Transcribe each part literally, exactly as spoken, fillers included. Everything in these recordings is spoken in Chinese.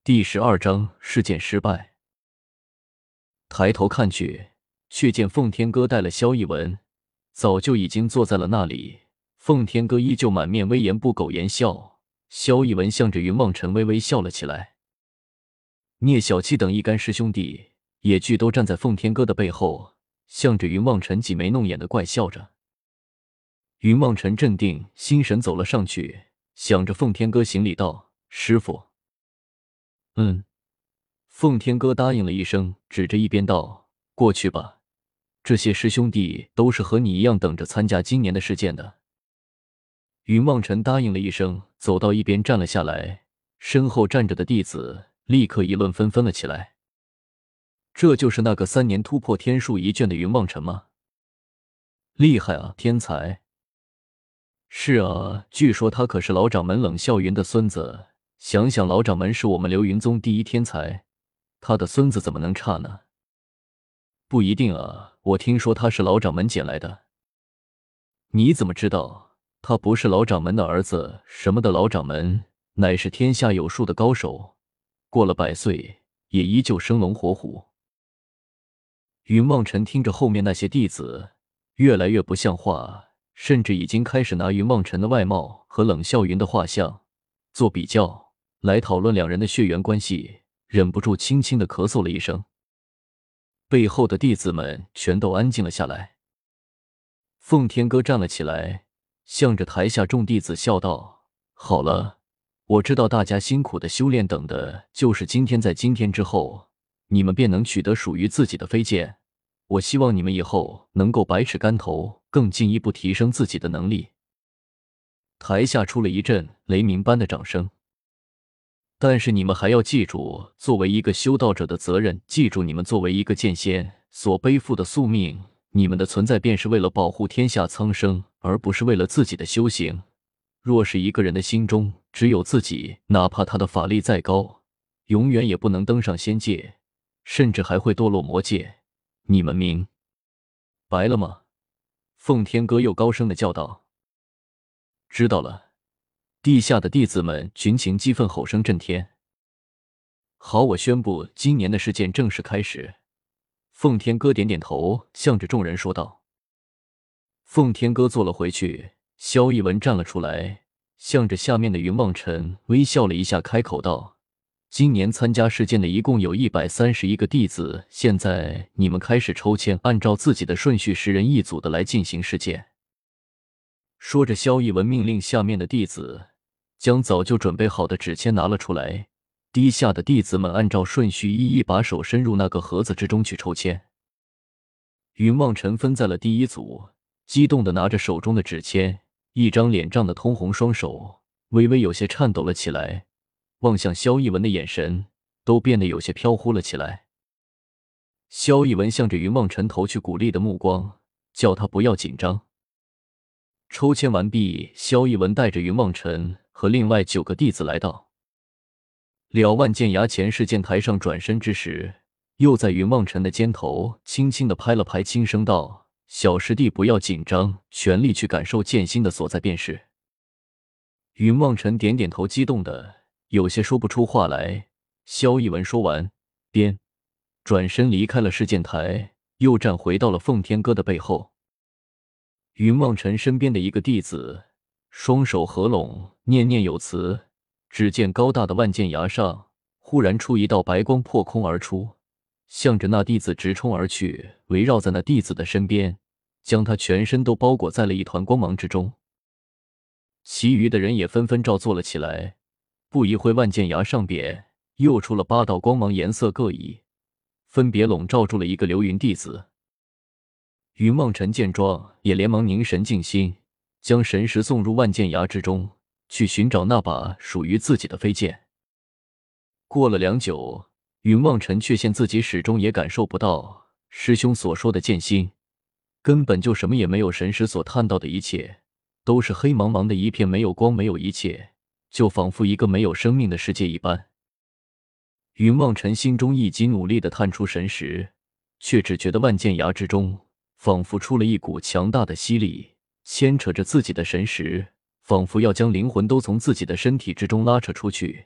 第十二章事件失败。抬头看去，却见奉天哥带了萧逸文，早就已经坐在了那里。奉天哥依旧满面威严，不苟言笑。萧逸文向着云梦辰微微笑了起来。聂小七等一干师兄弟也俱都站在奉天哥的背后，向着云梦辰挤眉弄眼的怪笑着。云梦辰镇定心神走了上去，向着奉天哥行礼道：“师傅。”嗯，奉天哥答应了一声，指着一边道：“过去吧，这些师兄弟都是和你一样等着参加今年的事件的。”云望尘答应了一声，走到一边站了下来，身后站着的弟子立刻议论纷纷了起来。这就是那个三年突破天数一卷的云望尘吗？厉害啊，天才！是啊，据说他可是老掌门冷笑云的孙子。想想老掌门是我们流云宗第一天才，他的孙子怎么能差呢？不一定啊，我听说他是老掌门捡来的。你怎么知道？他不是老掌门的儿子什么的，老掌门乃是天下有数的高手，过了百岁也依旧生龙活虎。云望尘听着后面那些弟子越来越不像话，甚至已经开始拿云望尘的外貌和冷笑云的画像做比较，来讨论两人的血缘关系，忍不住轻轻地咳嗽了一声。背后的弟子们全都安静了下来。奉天哥站了起来，向着台下众弟子笑道：“好了，我知道大家辛苦的修炼，等的就是今天，在今天之后，你们便能取得属于自己的飞剑。我希望你们以后能够百尺竿头，更进一步提升自己的能力。”台下出了一阵雷鸣般的掌声。但是你们还要记住，作为一个修道者的责任，记住你们作为一个剑仙所背负的宿命，你们的存在便是为了保护天下苍生，而不是为了自己的修行。若是一个人的心中只有自己，哪怕他的法力再高，永远也不能登上仙界，甚至还会堕落魔界。你们明白了吗？奉天哥又高声的叫道。知道了。地下的弟子们群情激愤，吼声震天。好，我宣布今年的事件正式开始。奉天哥点点头，向着众人说道。奉天哥坐了回去，萧逸文站了出来，向着下面的云望尘微笑了一下，开口道：“今年参加事件的一共有一百三十一个弟子，现在你们开始抽签，按照自己的顺序，十人一组的来进行事件。”说着，萧逸文命令下面的弟子将早就准备好的纸签拿了出来，低下的弟子们按照顺序一一把手伸入那个盒子之中去抽签。云望尘分在了第一组，激动地拿着手中的纸签，一张脸涨得通红，双手微微有些颤抖了起来，望向萧逸文的眼神都变得有些飘忽了起来。萧逸文向着云望尘投去鼓励的目光，叫他不要紧张。抽签完毕，萧逸文带着云望尘和另外九个弟子来到了万剑崖前事件台上，转身之时，又在云望尘的肩头轻轻地拍了拍，轻声道：“小师弟不要紧张，全力去感受剑心的所在便是。”云望尘点点头，激动的有些说不出话来。萧逸文说完，便转身离开了事件台，又站回到了奉天哥的背后。云望尘身边的一个弟子双手合拢，念念有词。只见高大的万剑崖上忽然出一道白光，破空而出，向着那弟子直冲而去，围绕在那弟子的身边，将他全身都包裹在了一团光芒之中。其余的人也纷纷照做了起来。不一会，万剑崖上边又出了八道光芒，颜色各异，分别笼罩住了一个流云弟子。云望尘见状，也连忙凝神静心，将神识送入万剑崖之中，去寻找那把属于自己的飞剑。过了良久，云望尘却见自己始终也感受不到师兄所说的剑心，根本就什么也没有。神识所探到的一切都是黑茫茫的一片，没有光，没有一切，就仿佛一个没有生命的世界一般。云望尘心中一急，努力地探出神识，却只觉得万剑崖之中仿佛出了一股强大的吸力，牵扯着自己的神识，仿佛要将灵魂都从自己的身体之中拉扯出去，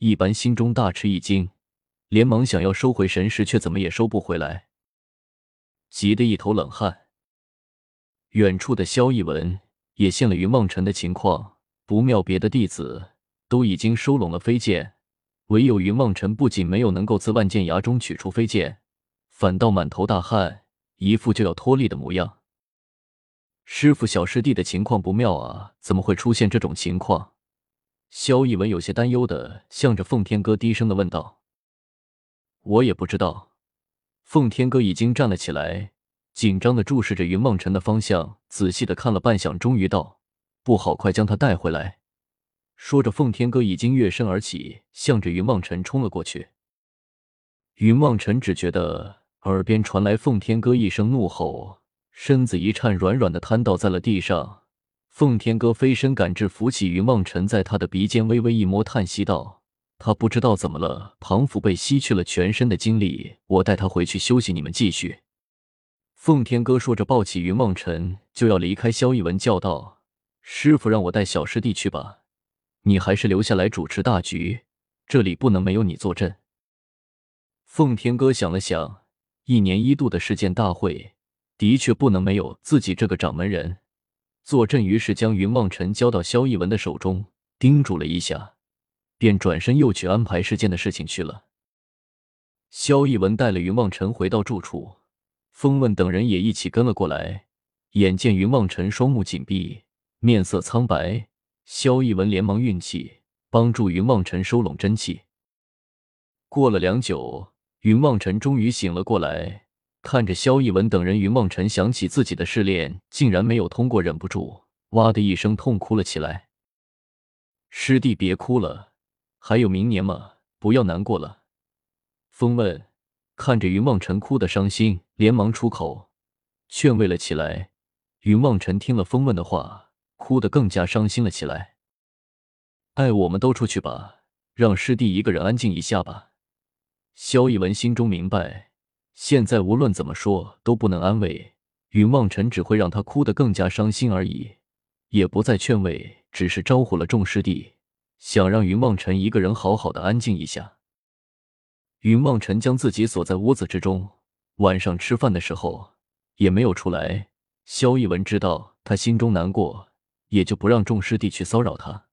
一般心中大吃一惊，连忙想要收回神识，却怎么也收不回来，急得一头冷汗。远处的萧逸文也见了云梦辰的情况不妙，别的弟子都已经收拢了飞剑，唯有云梦辰不仅没有能够自万剑崖中取出飞剑，反倒满头大汗，一副就要脱力的模样。师父，小师弟的情况不妙啊，怎么会出现这种情况？萧逸文有些担忧的向着奉天哥低声的问道。我也不知道。奉天哥已经站了起来，紧张的注视着云梦辰的方向，仔细的看了半晌，终于道：不好，快将他带回来。说着，奉天哥已经跃身而起，向着云梦辰冲了过去。云梦辰只觉得耳边传来奉天哥一声怒吼，身子一颤，软软的瘫倒在了地上。奉天哥飞身赶至，扶起云梦辰，在他的鼻尖微微一摸，叹息道：他不知道怎么了，庞府被吸去了全身的精力，我带他回去休息，你们继续。奉天哥说着抱起云梦辰就要离开，萧逸文叫道：师父让我带小师弟去吧，你还是留下来主持大局，这里不能没有你坐镇。奉天哥想了想，一年一度的世剑大会的确不能没有自己这个掌门人坐镇，于是将云梦辰交到萧逸文的手中，叮嘱了一下，便转身又去安排世剑的事情去了。萧逸文带了云梦辰回到住处，风问等人也一起跟了过来。眼见云梦辰双目紧闭，面色苍白，萧逸文连忙运气，帮助云梦辰收拢真气。过了良久，云梦辰终于醒了过来，看着萧逸文等人，云梦辰想起自己的试炼竟然没有通过，忍不住哇的一声痛哭了起来。师弟别哭了，还有明年嘛，不要难过了。风问看着云梦辰哭得伤心，连忙出口劝慰了起来。云梦辰听了风问的话，哭得更加伤心了起来。哎，我们都出去吧，让师弟一个人安静一下吧。萧逸文心中明白，现在无论怎么说都不能安慰云梦辰，只会让他哭得更加伤心而已，也不再劝慰，只是招呼了众师弟，想让云梦辰一个人好好的安静一下。云梦辰将自己锁在屋子之中，晚上吃饭的时候也没有出来。萧逸文知道他心中难过，也就不让众师弟去骚扰他。